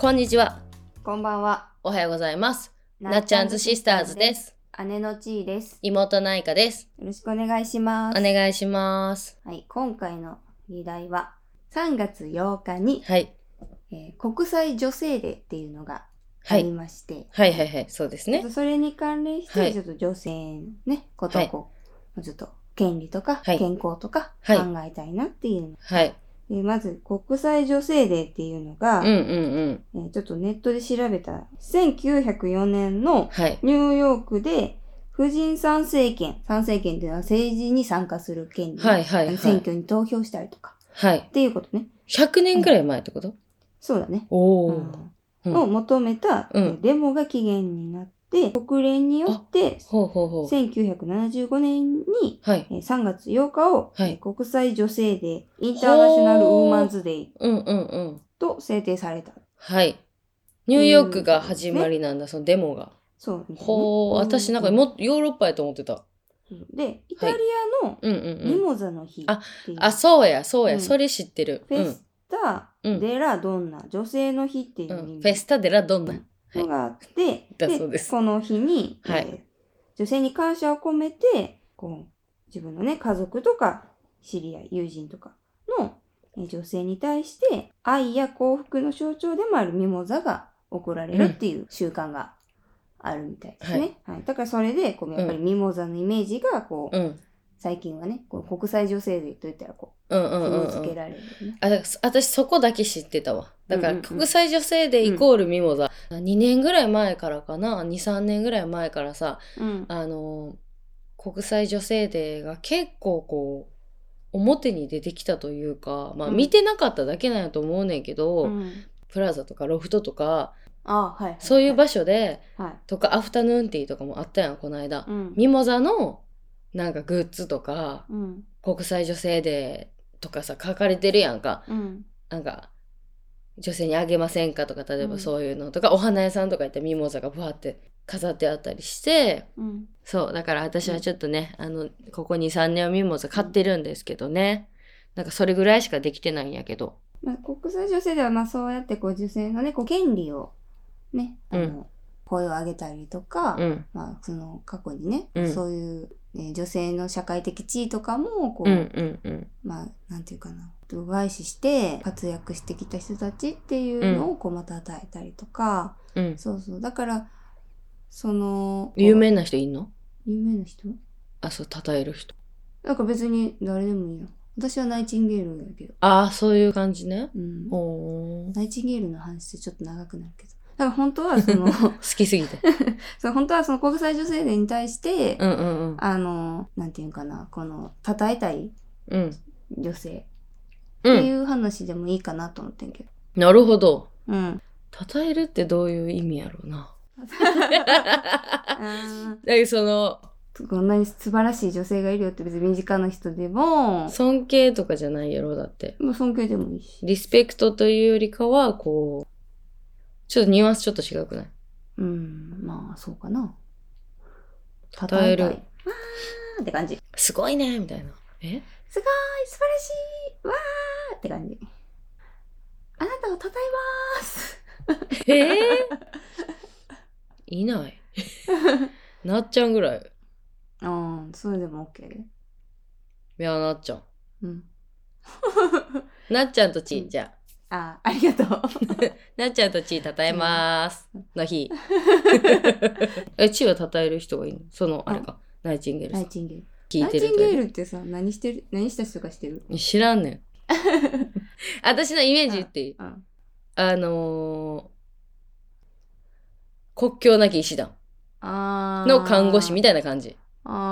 こんにちは。 こんばんは。 おはようございます。なっちゃんズシスターズです。 姉のちいです。 妹ないかです。 よろしくお願いします。 お願いします。 はい、今回の議題は3月8日に、 はい。 国際女性デーっていうのがありまして、 はいはいはい、そうですね。 それに関連して、 はいちょっと女性のね、ことをこう、ちょっと権利とか、 はい健康とかはい考えたいなっていうの。 はい。 でまず、国際女性デーっていうのが、ちょっとネットで調べた、1904年のはい。 ニューヨークで、婦人参政権っていうのは政治に参加する権利、 はいはいはい。 選挙に投票したりとか、 はい。 っていうことね。 100年ぐらい前ってこと？ そうだね。 おー。 を求めた、デモが起源になって、国連によって、1975年に、 はい。 3月8日を、 はい国際女性デー、インターナショナルウーマンズデーと制定された。 はい。ニューヨークが始まりなんだ、そのデモが。 そうみたいなね。 ほー、私なんかもヨーロッパやと思ってた。 で、イタリアのミモザの日っていう。 そうや、それ知ってる。 フェスタ・デラ・ドンナ、女性の日っていう意味。 フェスタ・デラ・ドンナ。 のがあって、 だそうです。 この日に、女性に感謝を込めて、自分のね、家族とか、知り合い、友人とかの女性に対して、愛や幸福の象徴でもあるミモザが贈られるっていう習慣があるみたいですね。はい。だからそれで、やっぱりミモザのイメージが、最近はね、国際女性デーといったら紐付けられるね。 私そこだけ知ってたわ。だから国際女性デーイコールミモザ、2年ぐらい前からかな、2、3年ぐらい前からさ、国際女性デーが結構表に出てきたというか、まあ見てなかっただけなんやと思うねんけど、プラザとかロフトとか、そういう場所で、とかアフタヌーンティーとかもあったやん、この間。ミモザのなんかグッズとか、国際女性デーとかさ書かれてるやんか、なんか女性にあげませんかとか、例えばそういうのとか、お花屋さんとか行ったらミモザがブワーって飾ってあったりして、そうだから私はちょっとね、ここ 2,3 年はミモザ買ってるんですけどね、なんかそれぐらいしかできてないんやけど、 国際女性ではそうやって女性のね権利をね、声を上げたりとか、その過去にね、そういう女性の社会的地位とかもなんていうかな、度外視して活躍してきた人たちっていうのをまた与えたりとか、そうだからその有名な人いんの？ 有名な人？ そう称える人。 なんか別に誰でもいいの。私はナイチンゲールだけど。 そういう感じね。 ナイチンゲールの話ってちょっと長くなるけど。だから本当はその好きすぎて本当はその国際女性デーに対して、なんていうかな、称えたい女性っていう話でもいいかなと思ってんけど。 なるほど。称えるってどういう意味やろうな。 こんなに素晴らしい女性がいるよって、別に身近な人でも。 尊敬とかじゃないやろ、だって。 尊敬でもいいし。 リスペクトというよりかは、ちょっとニュアンスちょっと違くない？ まあ、そうかな。 称える。わーって感じ。 すごいねみたいな。 すごい素晴らしいわーって感じ。あなたを称えまーす。 いない。なっちゃんぐらい。 それでも OK で。 いや、なっちゃん。なっちゃんとち、じゃありがとう。 なっちゃんとち称えまーすの日。ちは称える人がいいの？あれか。ナイチンゲールさん。 ナイチンゲール。 聞いてる。 ナイチンゲールってさ、何した人がしてる？ 知らんねん。私のイメージ言っていい？国境なき医師団の看護師みたいな感じ。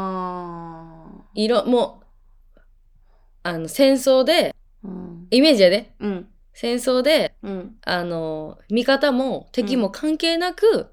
もう、戦争で、イメージやで。戦争で、味方も敵も関係なく、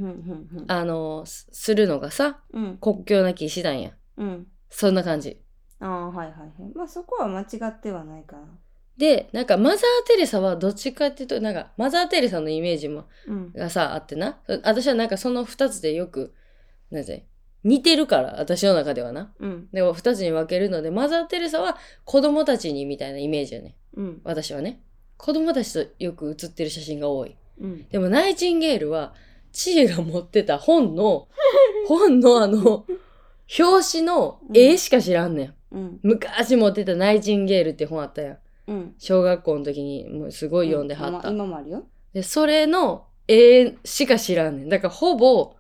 するのがさ、国境なき医師団や。そんな感じ。 はいはいはい。まあそこは間違ってはないかな。 で、なんかマザー・テレサはどっちかっていうと、なんかマザー・テレサのイメージも、がさ、あってな。私はなんかその二つでよく、似てるから、私の中ではな。でも二つに分けるので、マザー・テレサは子供たちにみたいなイメージよね。私はね。子供たちとよく写ってる写真が多い。 うん、 でもナイチンゲールはチーが持ってた本の表紙の絵しか知らんねん。 うん、 昔持ってたナイチンゲールって本あったやん。 うん、 小学校の時にもうすごい読んではった。 今もあるよ。 で、それの絵しか知らんねん。だからほぼ、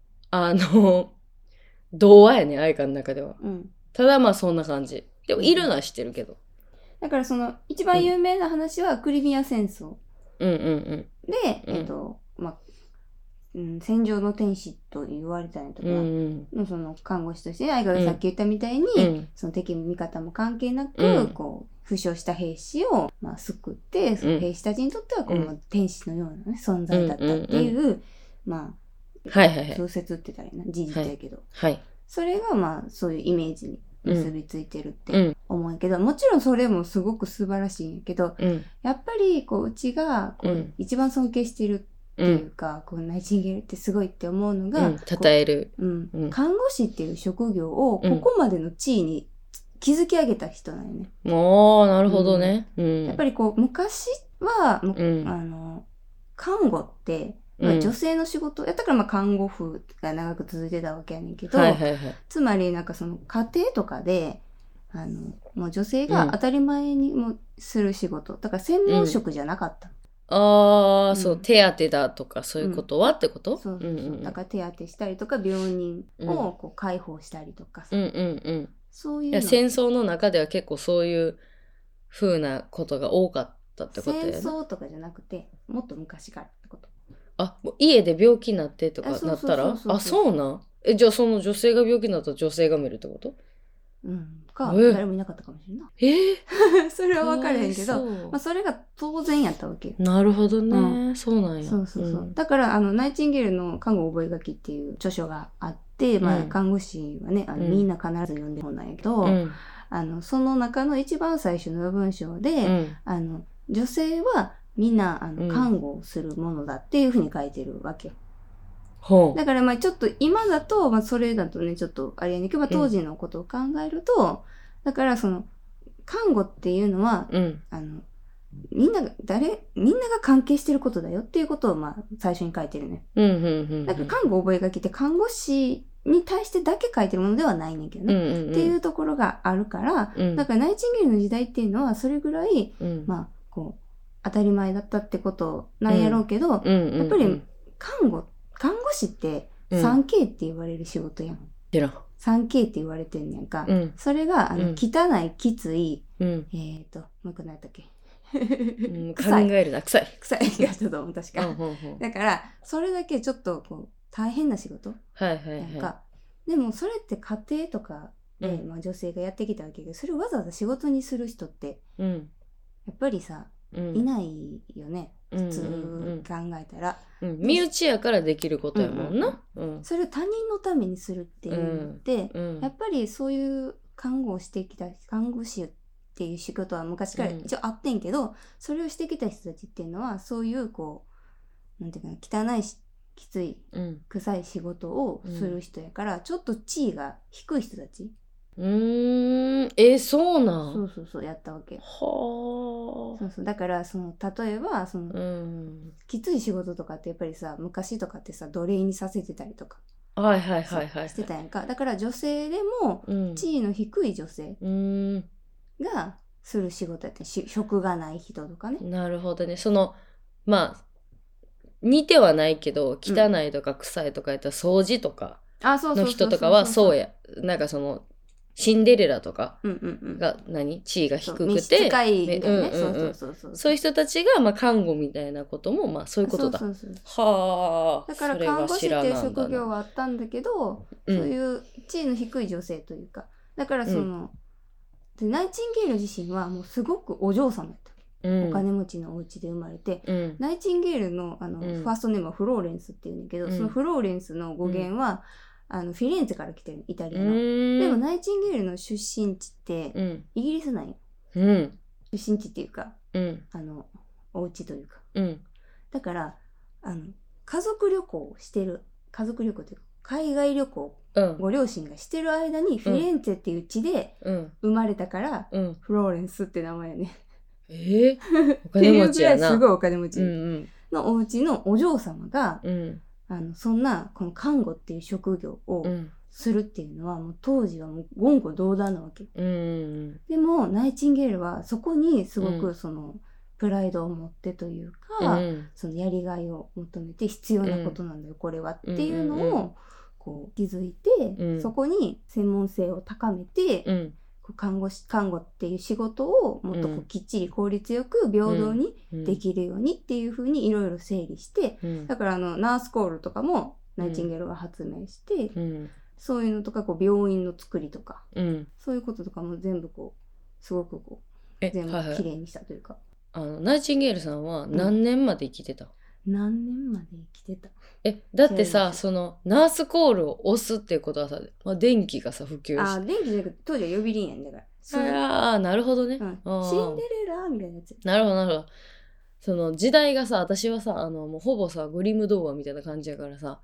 童話やねん、愛花の中では。 うん、 ただまあそんな感じ。でもいるのは知ってるけど。 だからその一番有名な話はクリミア戦争。 うんうんうん。 で、まあ、戦場の天使と言われたりとかのその看護師として愛花がさっき言ったみたいに、その敵も味方も関係なく、こう負傷した兵士を、まあ、救って、その兵士たちにとってはこの天使のような、ね、存在だったっていう、まあ、小説って言ったらいいな、事実やけど、それがまあそういうイメージに結びついてるって思うんやけど、もちろんそれもすごく素晴らしいんやけど、やっぱりこううちがこう一番尊敬してるっていうか、こうナイチンゲールってすごいって思うのが、 称える、 看護師っていう職業をここまでの地位に築き上げた人なんよね。 ああ、なるほどね。 やっぱりこう昔は、看護って、女性の仕事やったから看護婦が長く続いてたわけやねんけど、つまりなんかその家庭とかでもう女性が当たり前にもする仕事だから専門職じゃなかった。 ああ、そう、手当だとかそういうことはってこと？ そうそうそう。だから手当したりとか病人をこう介抱したりとかさ。そういうの。 戦争の中では結構そういう風なことが多かったってことやな。 戦争とかじゃなくてもっと昔からってこと。 あ、家で病気になってとかなったら、あ、そうなん？じゃあその女性が病気になったら女性が見るってこと？ 誰もいなかったかもしれんな。それは分からへんけど、まあ、それが当然やったわけよ。 なるほどね、そうなんや。 だからナイチンゲールの看護覚書っていう著書があって、まあ、看護師はねみんな必ず読んでる本なんやけど、その中の一番最初の文章で、女性はみんな看護をするものだっていうふうに書いてるわけよ。だからまあちょっと今だと、まあ、それだとねちょっとあれやねんけど、当時のことを考えると、だからその看護っていうのは、みんなが関係してることだよっていうことをまあ最初に書いてるね。だから看護覚書って看護師に対してだけ書いてるものではないねんけどね、っていうところがあるから、だからナイチンゲールの時代っていうのはそれぐらい、まあこう当たり前だったってことなんやろうけど、やっぱり看護師って 3K って言われる仕事やん。3K って言われてんねんか。それが汚い、きつい、もう一個何やったっけ？ 考えるな、臭いがちょっと確か。だからそれだけちょっとこう大変な仕事なんか。でもそれって家庭とかで、まあ、女性がやってきたわけで、それをわざわざ仕事にする人って、やっぱりさ、いないよね。普通考えたら、 身内やからできることやもんな。 それを他人のためにするっていうのって、やっぱりそういう看護をしてきた看護師っていう仕事は昔から一応あってんけど、それをしてきた人たちっていうのはそういうこうなんていうかな、汚いしきつい、臭い仕事をする人やから、ちょっと地位が低い人たち。 そうなん？ そうやったわけ。だからその例えばその、きつい仕事とかってやっぱりさ、昔とかってさ奴隷にさせてたりとかしてたやんか。だから女性でも地位の低い女性がする仕事やって、職がない人とかね。 なるほどね。そのまあ似てはないけど汚いとか臭いとかやったら掃除とかの人とかはそうや。なんかそのシンデレラとかが地位が低くて、そういう人たちがまあ看護みたいなこともまあそういうことだ。はあ。 だから看護師っていう職業はあったんだけど、そういう地位の低い女性というか、だからその、ナイチンゲール自身はもうすごくお嬢様だった。お金持ちのお家で生まれて、ナイチンゲールのファーストネームはフローレンスっていうんだけど、そのフローレンスの語源は、フィレンツェから来てる、イタリアの。でもナイチンゲールの出身地ってイギリスなんよ。出身地っていうか、お家というか。だから家族旅行をしてる、家族旅行というか海外旅行、ご両親がしてる間にフィレンツェっていう地で生まれたから、フローレンスって名前やね。 お金持ちやな。 すごいお金持ち。 のお家のお嬢様が、 うん、 そんなこの看護っていう職業をうんするっていうのはもう当時はもう言語道断なわけ。 うん、 でもナイチンゲールはそこにすごうんくそのプライドを持ってといううか、 ん、 そのやりがいを求めて必要なことなんだよ、これはっていうのをこう気づいて、そこに専門性を高めて、こう看護っていう仕事をもっとこうきっちり効率よく平等にできるようにっていうふうにいろいろ整理して、だからナースコールとかもナイチンゲールが発明して、そういうのとかこう病院の作りとか、そういうこととかも全部こうすごくこう全部きれいにしたというか。 ナイチンゲールさんは何年まで生きてた？ 何年まで生きてた？ だってさ、そのナースコールを押すっていうことはさ、電気がさ普及して。 電気じゃなくて当時は呼び鈴やんだから。 なるほどね。 シンデレラみたいなやつ。 なるほどなるほど。その時代がさ、私はさもうほぼさグリム童話みたいな感じやからさ、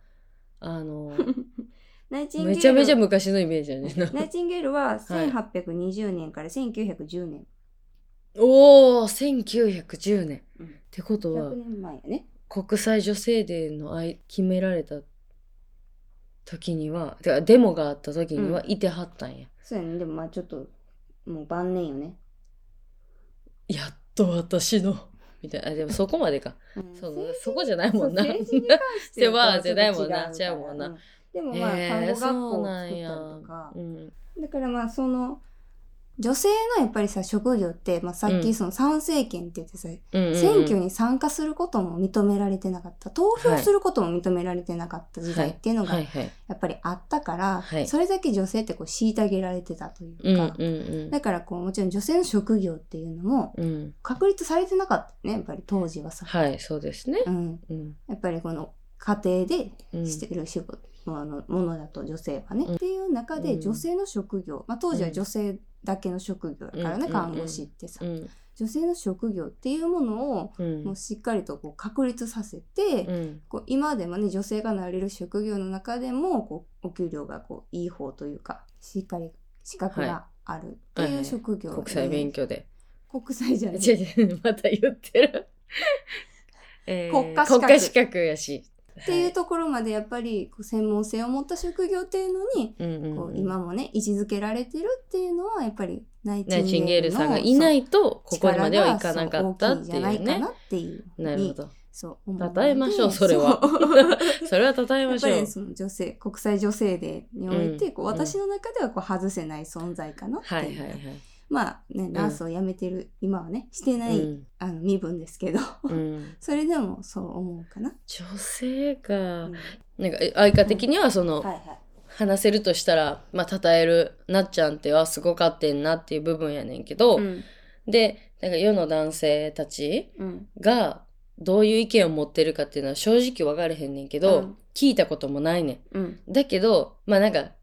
ナイチンゲールめちゃめちゃ昔のイメージやねんな。 ナイチンゲールは1820年から1910年。 おー、1910年、ってことは 100年前やね。 国際女性デーの決められた時には、てかデモがあった時にはいてはったんや。 そうやね。でもまあちょっともう晩年よね。 やっと私のみたいな。でもそこまでか。そこじゃないもんな。 政治に関してはじゃないもんな。違うもんな。 でもまあ看護学校を作ったりとか。だからまあその女性のやっぱりさ職業って、まあ、さっきその参政権って言ってさ、選挙に参加することも認められてなかった、投票することも認められてなかった時代っていうのがやっぱりあったから、それだけ女性ってこう虐げられてたというか、だからこうもちろん女性の職業っていうのも確立されてなかったね、やっぱり当時はさ。 はい、そうですね。 やっぱりこの家庭でしてる仕事、ものだと女性はね、っていう中で女性の職業、まあ当時は女性だけの職業だからね、看護師ってさ、女性の職業っていうものをもうしっかりとこう確立させて、こう今でもね女性がなれる職業の中でもこうお給料がこういい方というかしっかり資格があるっていう職業で、 国際勉強で国際じゃないまた言ってる国家資格やしっていうところまでやっぱりこう専門性を持った職業っていうのに、こう今もね位置づけられてるっていうのはやっぱりナイチンゲールさんがいないとここまではいかなかったっていうね。なるほど。 そう称えましょう、それは。それは称えましょう。 やっぱりその女性、国際女性デーにおいて、こう私の中ではこう外せない存在かなっていう。まあね、ナースを辞めてる今はねしてない、身分ですけど、それでもそう思うかな。 女性か、なんか愛花的にはその、話せるとしたらまあ称えるなっちゃんってはすごかってんなっていう部分やねんけど、でなんか世の男性たちがどういう意見を持ってるかっていうのは正直分かれへんねんけど、聞いたこともないねん。だけどまあなんか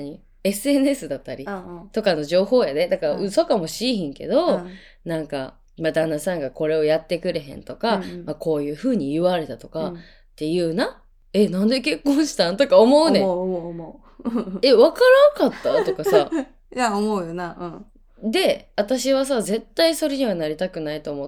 SNS だったりとかの情報やで、だから嘘かもしいひんけど、なんか、まあ、旦那さんがこれをやってくれへんとか、まあ、こういう風に言われたとか、っていうな、なんで結婚したんとか思うねん。 思う。わからんかったとかさ。 いや、思うよな。 で、私はさ、絶対それにはなりたくないと思って、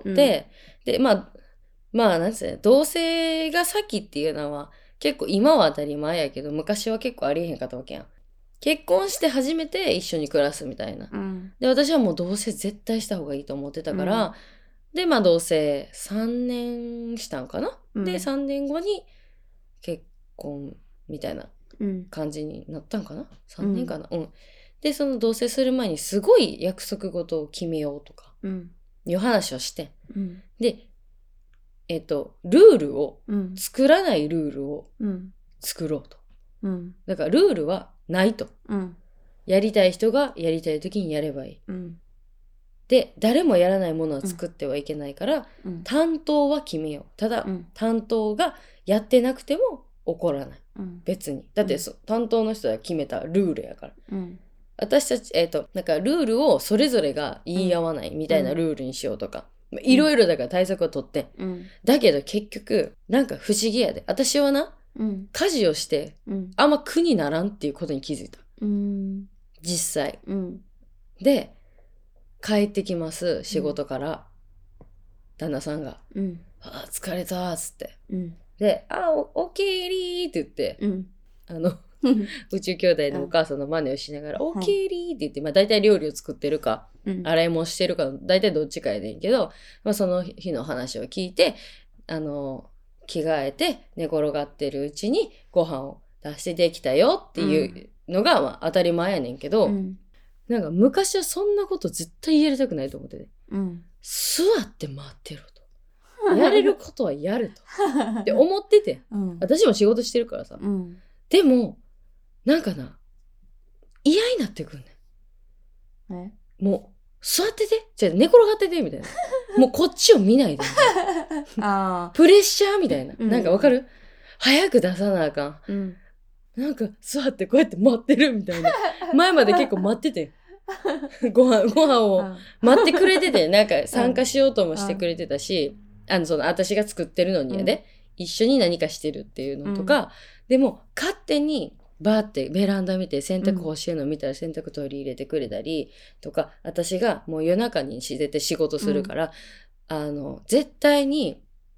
で、まあ、なんつうの、同性が先っていうのは、結構今は当たり前やけど、昔は結構ありえへんかったわけやん。結婚して初めて一緒に暮らすみたいな。で、私はもう同棲絶対した方がいいと思ってたから、で、まあ同棲3年したんかな、で、3年後に結婚みたいな感じになったんかな、3年かな、で、その同棲する前にすごい約束事を決めようとか、いう話をして、で、ルールを、作らないルールを作ろうと。だからルールはないと、やりたい人がやりたい時にやればいい、で誰もやらないものは作ってはいけないから、担当は決めよう。ただ、担当がやってなくても怒らない、別に。だって、担当の人が決めたルールやから、私たちなんかルールをそれぞれが言い合わないみたいなルールにしようとか、いろいろだから対策を取って、だけど結局なんか不思議やで、私はな、家事をして、あんま苦にならんっていうことに気づいた。実際。で、帰ってきます、仕事から。旦那さんが。 あ疲れたっつって、 うん、 でおきりって言って、 うん、 宇宙兄弟のお母さんの真似をしながら、おきりって言って、まあ大体料理を作ってるか、洗い物してるか、大体どっちかやねんけど、まあその日の話を聞いて、着替えて寝転がってるうちにご飯を出してできたよっていうのが、まあ当たり前やねんけど、なんか昔はそんなこと絶対やりたくないと思ってて、座って待ってろと。やれることはやると。って思ってて、私も仕事してるからさ。でも、なんかな、嫌になってくんねん。もう、座ってて、じゃあ寝転がってて、みたいな。もうこっちを見ないで、みたいな。プレッシャーみたいな。なんかわかる？早く出さなあかん。なんか座ってこうやって待ってるみたいな。前まで結構待ってて。ご飯を待ってくれてて、なんか参加しようともしてくれてたし、私が作ってるのにやで、一緒に何かしてるっていうのとか、でも勝手にバーってベランダ見て洗濯干してるの見たら洗濯取り入れてくれたりとか、私がもう夜中に絶対仕事するから、絶対に、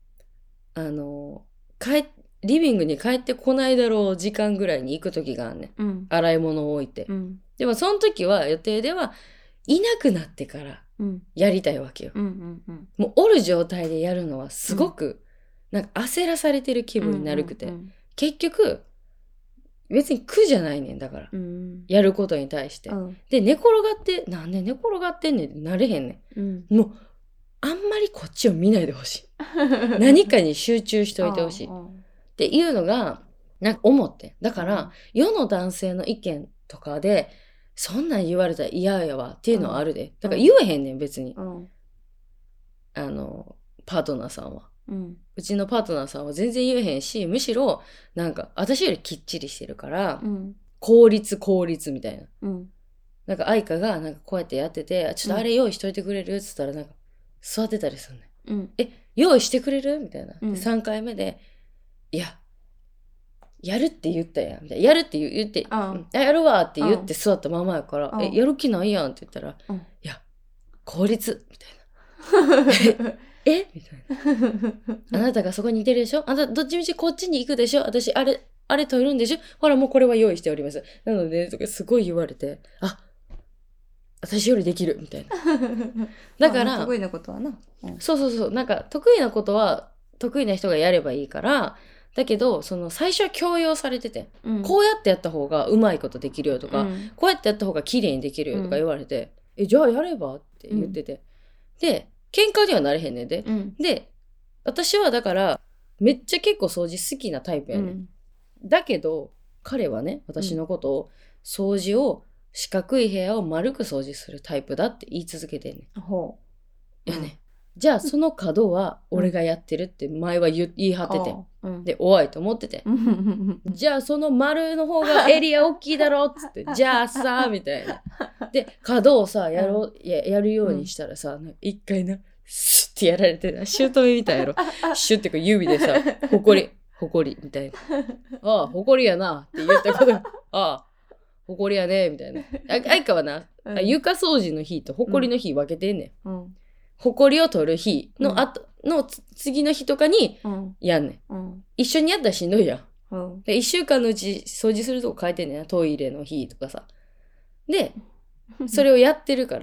リビングに帰ってこないだろう時間ぐらいに行く時があんねん。洗い物を置いて。でもその時は予定ではいなくなってからやりたいわけよ。もうおる状態でやるのはすごくなんか焦らされてる気分になるくて、結局別に苦じゃないねんだから、やることに対して、で寝転がってなんで寝転がってんねんってなれへんねん、もうあんまりこっちを見ないでほしい何かに集中しておいてほしいっていうのがなんか思って、だから世の男性の意見とかでそんなん言われたら嫌やわっていうのはあるで、だから言えへんねん別に、パートナーさんは、うちのパートナーさんは全然言えへんし、むしろなんか私よりきっちりしてるから、効率みたいな、なんか愛花がなんかこうやってやってて、ちょっとあれ用意しといてくれるっつったらなんか座ってたりするね、用意してくれるみたいな、で3回目でいややるって言ったやんみたいな、やるって言って、やるわって言って座ったままやから、やる気ないやんって言ったら、いや効率みたいなえみたいなあなたがそこにいてるでしょ、あなたどっちみちこっちに行くでしょ、私あれ取るんでしょ、ほらもうこれは用意しておりますなので、とかすごい言われて、あ私よりできるみたいなだから得意なことはな、 そうなんか得意なことは得意な人がやればいいから、だけどその最初は強要されてて、こうやってやった方がうまいことできるよとか、こうやってやった方が綺麗にできるよとか言われて、じゃあやればって言ってて、で喧嘩にはなれへんねんで、で私はだからめっちゃ結構掃除好きなタイプやねん、だけど彼はね、私のことを掃除を四角い部屋を丸く掃除するタイプだって言い続けてんねん。いやね、じゃあその角は俺がやってるって前は言い張ってて、でおいと思っててじゃあその丸の方がエリア大きいだろっつってじゃあさみたいなで角をさやるようにしたらさ、一回なスッてやられてな、姑みたいやろシュッてこう指でさほこりみたいなああほこりやなって言ったことああほこりやねみたいな。愛花はな、床掃除の日とほこりの日分けてんねん。ほこりを取る日の後の次の日とかにやんねん。一緒にやったらしんどいやん。1週間のうち掃除するとこ変えてんねんな、トイレの日とかさ。で、それをやってるから、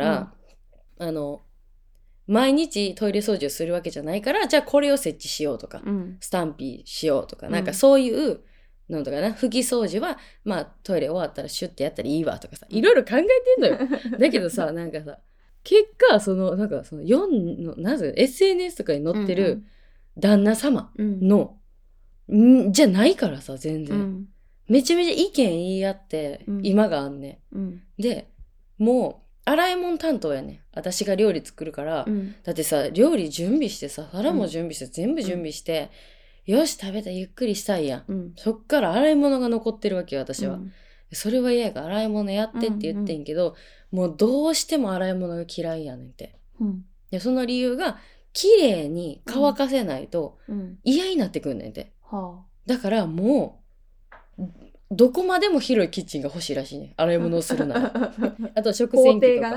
毎日トイレ掃除をするわけじゃないから、じゃあこれを設置しようとか、スタンピーしようとか、なんかそういうのとかな、拭き掃除はまあトイレ終わったらシュッてやったらいいわとかさ、いろいろ考えてんのよだけどさ、なんかさ結果なんかなぜ SNS とかに載ってる旦那様の、じゃないからさ、全然、めちゃめちゃ意見言い合って、今があんね、でもう洗い物担当やねん、私が料理作るから、だってさ料理準備してさ、皿も準備して、全部準備して、よし食べたゆっくりしたいやん、そっから洗い物が残ってるわけよ私は、それは嫌やから洗い物やってって言ってんけど、もうどうしても洗い物が嫌いやねんって、でその理由が綺麗に乾かせないと嫌になってくんねんって、だからもうどこまでも広いキッチンが欲しいらしいね、洗い物をするならあと食洗機とか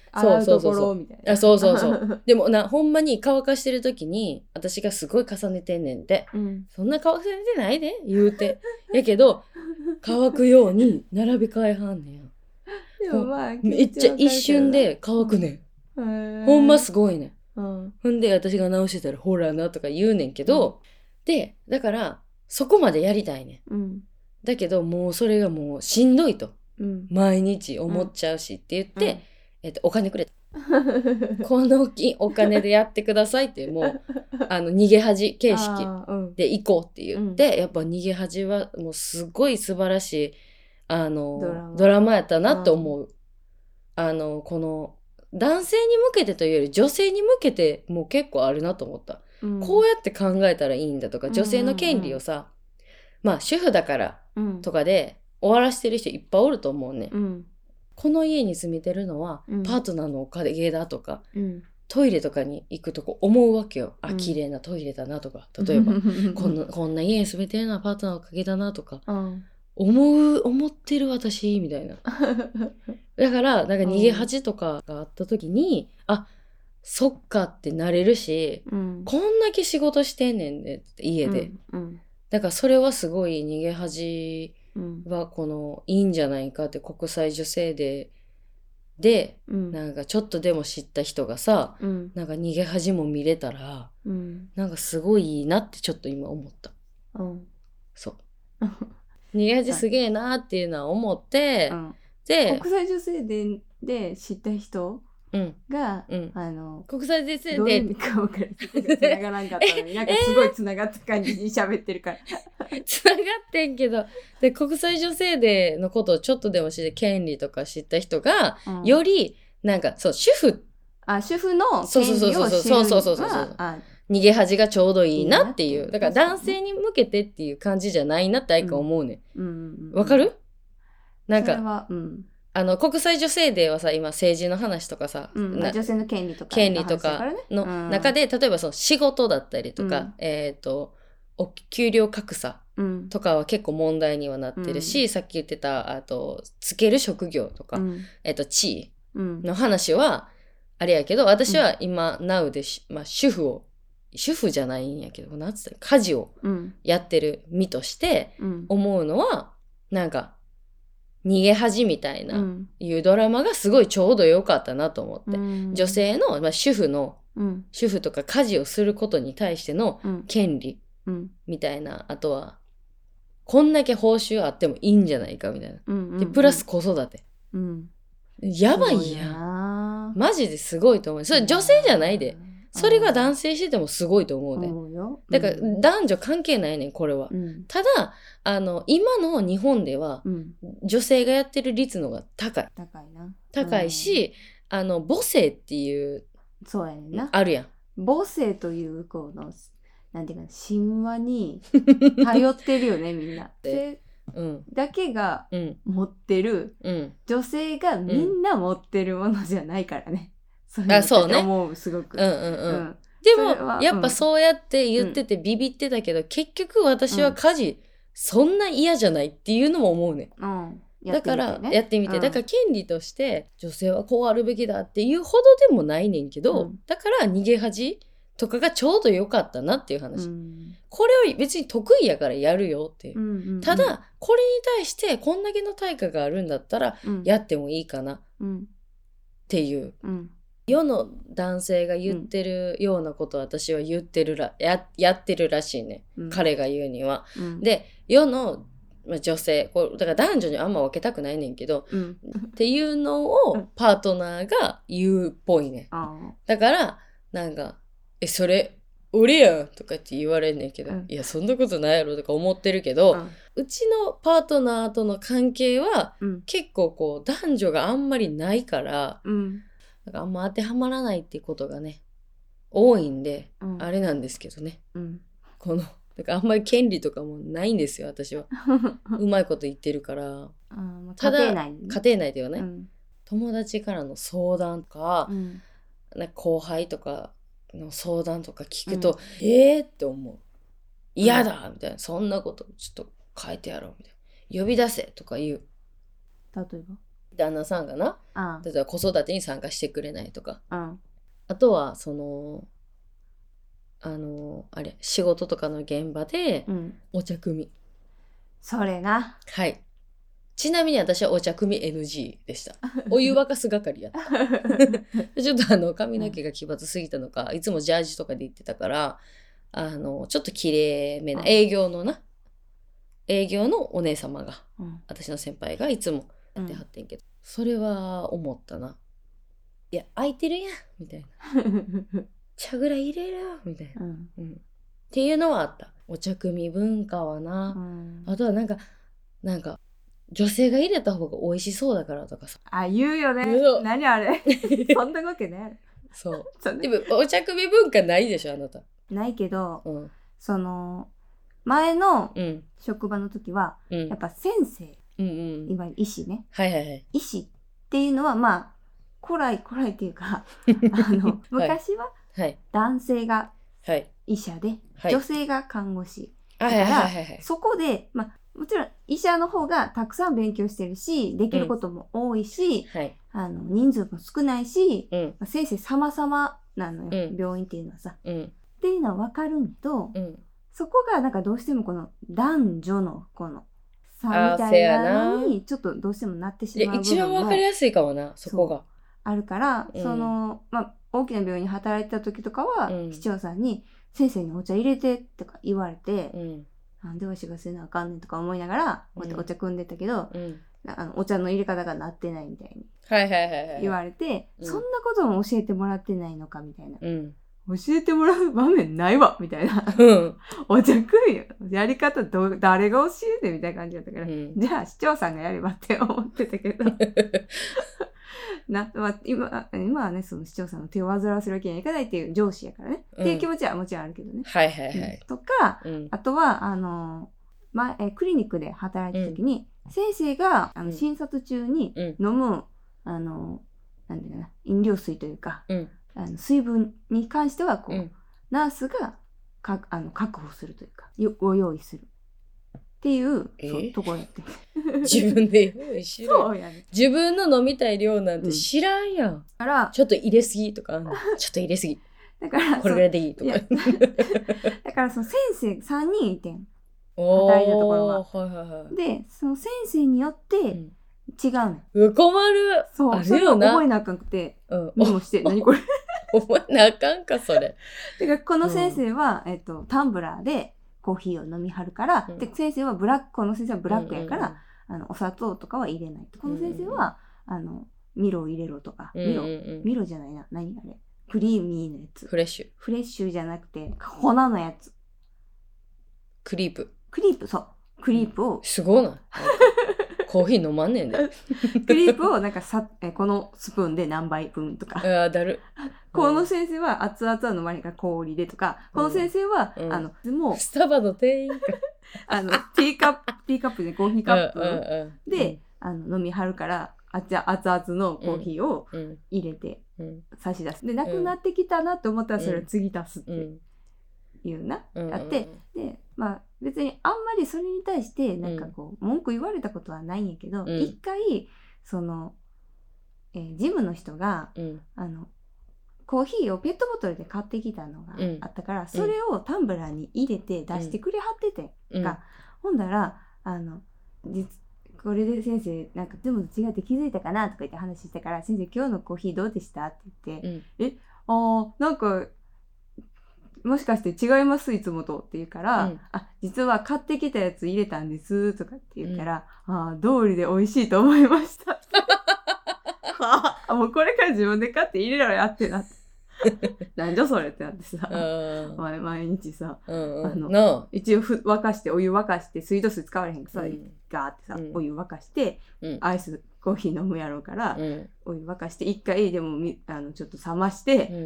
洗うところみたいな。 そうそうそうでもほんまに乾かしてる時に私がすごい重ねてんねんて、そんな乾かせてないで言うてやけど乾くように並べ替えはんねん。 でもまあめっちゃ一瞬で乾くねん、ほんますごいねん、ほんで私が直してたらほらなとか言うねんけど、でだからそこまでやりたいねん、だけどもうそれがもうしんどいと、毎日思っちゃうしって言って、お金くれたこのお金でやってくださいってもう逃げ恥形式で行こうって言って、やっぱ逃げ恥はもうすごい素晴らしいドラマやったなって思う。この男性に向けてというより女性に向けてもう結構あるなと思った、こうやって考えたらいいんだとか、女性の権利をさ、まあ主婦だからとかで終わらしてる人いっぱいおると思うね、この家に住めてるのはパートナーのおかげだとか、トイレとかに行くとこ思うわけよ。綺麗なトイレだなとか、例えばこんな家に住めてるのはパートナーのおかげだなとか、思ってる私みたいなだからなんか逃げ恥とかがあった時に、そっかってなれるし、こんだけ仕事してんねんでって家で、だからそれはすごい逃げ恥はこのいいんじゃないかって、国際女性デーで、なんかちょっとでも知った人がさ、なんか逃げ恥も見れたら、なんかすごいいいなってちょっと今思った、そう逃げ恥すげえなっていうのは思って、で国際女性デーで知った人が、国際女性デーどういう意味か分からずつながらんかったのになんかすごいつながった感じに喋ってるからつながってんけど、で国際女性デーのことをちょっとでも知って権利とか知った人が、よりなんかそう主婦の権利を知るのは逃げ恥がちょうどいいなっていう、だから男性に向けてっていう感じじゃないなって愛か思うねん。わかる？なんか国際女性デーはさ、今政治の話とかさ、 女性の権利とかの中で、例えばその仕事だったりとか、お給料格差とかは結構問題にはなってるし、さっき言ってたつける職業とか、地位の話はあれやけど、私は今 Now で主婦じゃないんやけど、なんつったら家事をやってる身として思うのは、なんか逃げ恥みたいないうドラマがすごいちょうど良かったなと思って、女性の、主婦とか家事をすることに対しての権利みたいな、あとはこんだけ報酬あってもいいんじゃないかみたいな、でプラス子育て、やばいやん、マジですごいと思う。それ女性じゃないで、それが男性しててもすごいと思うね。だから男女関係ないねんこれは、ただ今の日本では、女性がやってる率のが高いし、母性っていうそうやねんな、 あるやん。 母性というこのなんていうか神話に頼ってるよねみんなで、だけが持ってる、女性がみんな持ってるものじゃないからね、そういうの思う、すごく。 でもやっぱそうやって言っててビビってたけど、結局私は家事そんな嫌じゃないっていうのも思うね。だからやってみて、だから権利として女性はこうあるべきだっていうほどでもないねんけど、だから逃げ恥とかがちょうど良かったなっていう話、これを別に得意やからやるよっていう、ただこれに対してこんだけの対価があるんだったらやってもいいかなっていう、世の男性が言ってるようなことを私は言ってるやってるらしいね、彼が言うには。で世の女性だから男女にあんま分けたくないねんけど、っていうのをパートナーが言うっぽいね、だからなんかそれ俺やんとかって言われんねんけど、いやそんなことないやろとか思ってるけど、うちのパートナーとの関係は、結構こう男女があんまりないから、だからあんま当てはまらないっていうことがね多いんで、あれなんですけどね、このだからあんまり権利とかもないんですよ私はうまいこと言ってるから、ただ家庭内ではね、友達からの相談とか、なんか後輩とかの相談とか聞くと、って思う、嫌だみたいな、そんなことちょっと変えてやろうみたいな、呼び出せとか言う。 旦那さんがな、 うん例えば子育てに参加してくれないとか、 うんあとはあれ仕事とかの現場でうんお茶組み、 それな。 はい。ちなみに私はお茶組み NG でした。お湯沸かす係やった。ちょっと髪の毛が奇抜すぎたのか、いつもジャージとかで行ってたから、ちょっと綺麗めな、営業のお姉様が、私の先輩がいつもやってはってんけど、それは思ったな。いや、空いてるやんみたいな。茶ぐらい入れるみたいな、っていうのはあった。お茶組み文化はな、あとはなんか女性が入れた方が美味しそうだからとかさ。 あ、言うよね。何あれそんなわけね。 そう。でもお茶組み文化ないでしょあなた。 ないけど、前の職場の時は、やっぱ先生、いわゆる医師ね。医師っていうのはまあ古来っていうか昔は男性が医者で、女性が看護師。だからそこでもちろん医者の方がたくさん勉強してるし、できることも多いし、人数も少ないし、先生様々なのよ、病院っていうのはさ。っていうのは分かるんだけど、そこがなんかどうしてもこの男女のこの差みたいなのにちょっとどうしてもなってしまう部分も一番分かりやすいかもな、そこが。 あるから、大きな病院に働いてた時とかは、市長さんに先生にお茶入れてとか言われて、なんでわしがせなあかんねんとか思いながら、こうやってお茶汲んでたけど、お茶の入れ方がなってないみたいに言われて、そんなことも教えてもらってないのかみたいな。教えてもらう場面ないわみたいな。お茶汲みよ。やり方誰が教えてみたいな感じだったから、じゃあ市長さんがやればって思ってたけど。今はね、その市長さんの手を煩わせるわけにはいかないっていう上司やからね。っていう気持ちはもちろんあるけどね。とか、あとは、クリニックで働いた時に、先生が診察中に飲む、なんていうかな、飲料水というか、水分に関してはこう、ナースが確保するというかご用意するっていうところやって自分で用意しろ。そうやね。自分の飲みたい量なんて知らんやん。だからちょっと入れすぎとかちょっと入れすぎ。だからこれぐらいでいいとか。 だからその先生3人いてん。働いたところは。でその先生によって違うねん。 困る。 そう。それを覚えなあかんくてメモして何これ。 覚えなあかんかそれ。 だからこの先生はタンブラーでコーヒーを飲みはるから、で先生はこの先生はブラックやから、お砂糖とかは入れない。この先生はミロを入れろとか、ミロじゃないな、何あれ、クリーミーのやつ、フレッシュじゃなくて粉のやつ、 クリープ、 そうクリープをすごいな。コーヒー飲まんねんで。 クリープをなんかこのスプーンで何杯分とか。 だる。 この先生は熱々は飲まれへんから氷でとか、この先生は、もうスタバの店員か。 ティーカップでコーヒーカップで飲みはるから、熱々のコーヒーを入れて差し出す。で、なくなってきたなと思ったらそれを次出すっていうな、あって、で、別にあんまりそれに対してなんかこう文句言われたことはないんやけど、一回その事務の人がコーヒーをペットボトルで買ってきたのがあったから、それをタンブラーに入れて出してくれはっててが、ほんだらこれで先生なんかでも違って気づいたかなとか言って話したから、先生今日のコーヒーどうでしたって言って、なんかもしかして違いますいつもとって言うから、実は買ってきたやつ入れたんですとかって言ったら、通りで美味しいと思いましたもうこれから自分で買って入れろやってなってなんじゃそれってなってさ毎日さ一応沸かしてお湯沸かして水道水使われへんくさ、ガーってさお湯沸かしてアイスコーヒー飲むやろうから、お湯沸かして一回でもちょっと冷まして、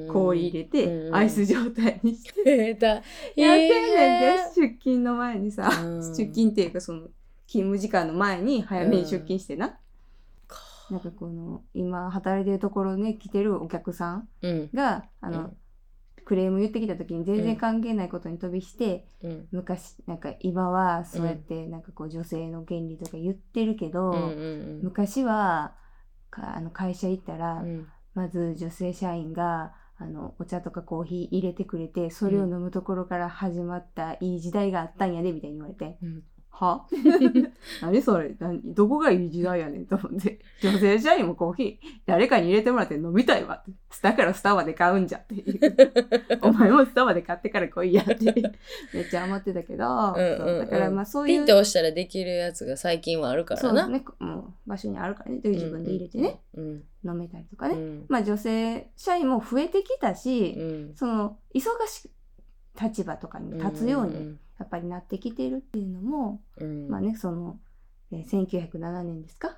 氷入れて、アイス状態にしてやってんねんで、出勤の前にさ、出勤っていうかその勤務時間の前に早めに出勤してな、なんかこの今働いてるところね来てるお客さんが、クレーム言ってきた時に全然関係ないことに飛びして、昔なんか今はそうやってなんかこう女性の権利とか言ってるけど、昔は会社行ったら、まず女性社員がお茶とかコーヒー入れてくれて、それを飲むところから始まったいい時代があったんやでみたいに言われて、は何それ、どこがいい時代やねんと思って、女性社員もコーヒー誰かに入れてもらって飲みたいわって、だからスタバで買うんじゃっていうお前もスタバで買ってから来いやってめっちゃ思ってたけど、そうだからまあそういうピッて押したらできるやつが最近はあるからな。 そうね、もう場所にあるからね、自分で入れてね、飲めたりとかね、まあ女性社員も増えてきたし、その忙しい立場とかに立つようにやっぱりなってきてるっていうのも、まあね、その1907年ですか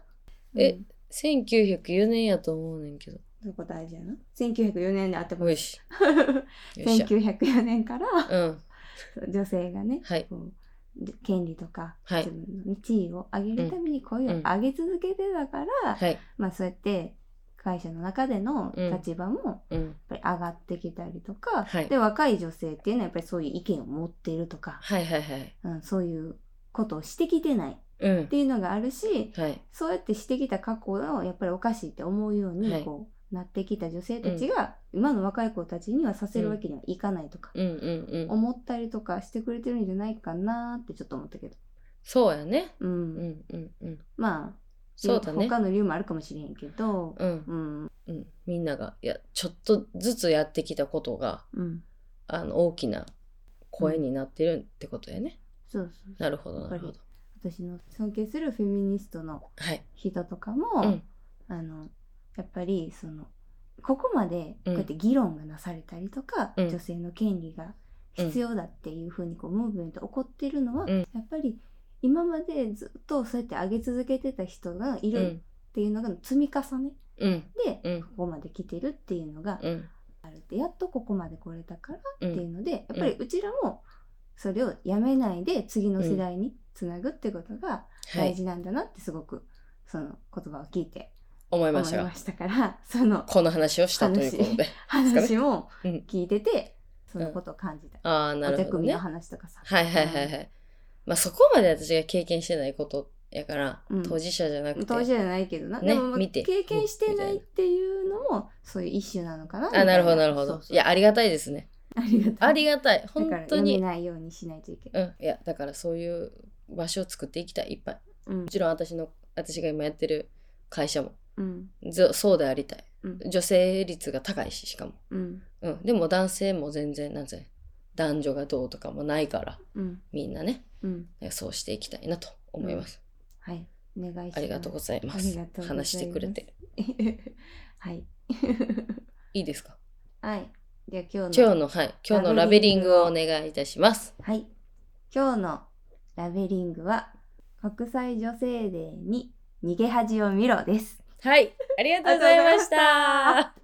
？1904年やと思うねんけど。 そこ大事やな。1904年であってもよし。 1904年から、女性がね、こう権利とか、自分の地位を上げるために声を上げ続けてたから、まあそうやって会社の中での立場もやっぱり上がってきたりとか、で若い女性っていうのはやっぱりそういう意見を持っているとか、そういうことをしてきてないっていうのがあるし、そうやってしてきた過去をやっぱりおかしいって思うようにこうなってきた女性たちが、今の若い子たちにはさせるわけにはいかないとか、思ったりとかしてくれてるんじゃないかなってちょっと思ったけど。 そうやね。 まあそうだね。 他の理由もあるかもしれへんけど、 みんながちょっとずつやってきたことが、大きな声になってるってことやね。なるほどなるほど。 私の尊敬するフェミニストの人とかも、やっぱりここまでこうやって議論がなされたりとか、女性の権利が必要だっていうふうにこうムーブメント起こってるのは、やっぱり今までずっとそうやって上げ続けてた人がいるっていうのが積み重ね、でここまで来てるっていうのがあるって、やっとここまで来れたからっていうので、やっぱりうちらもそれをやめないで次の世代につなぐってことが大事なんだなってすごくその言葉を聞いて思いましたから、 この話をしたということで話も聞いててそのことを感じた。 なるほどね。お手組みの話とかさ。 まあそこまで私が経験してないことやから、当事者じゃなくて。 当事者じゃないけどな。でも経験してないっていうのもそういう一種なのかな。 なるほどなるほど。いやありがたいですね。ありがたい。本当に。 だからやめないようにしないといけない。 いやだからそういう場所を作っていきたい、いっぱい。もちろん私が今やってる会社も、そうでありたい。女性率が高いし、しかも。でも男性も全然男女がどうとかもないから、みんなね、そうしていきたいなと思います。 はい、お願いします。 ありがとうございます。話してくれて。 はい。 いいですか？ はい。じゃあ今日のラベリングをお願いいたします。 はい。今日のラベリングは国際女性デーに逃げ恥を見ろです。 はい、ありがとうございました。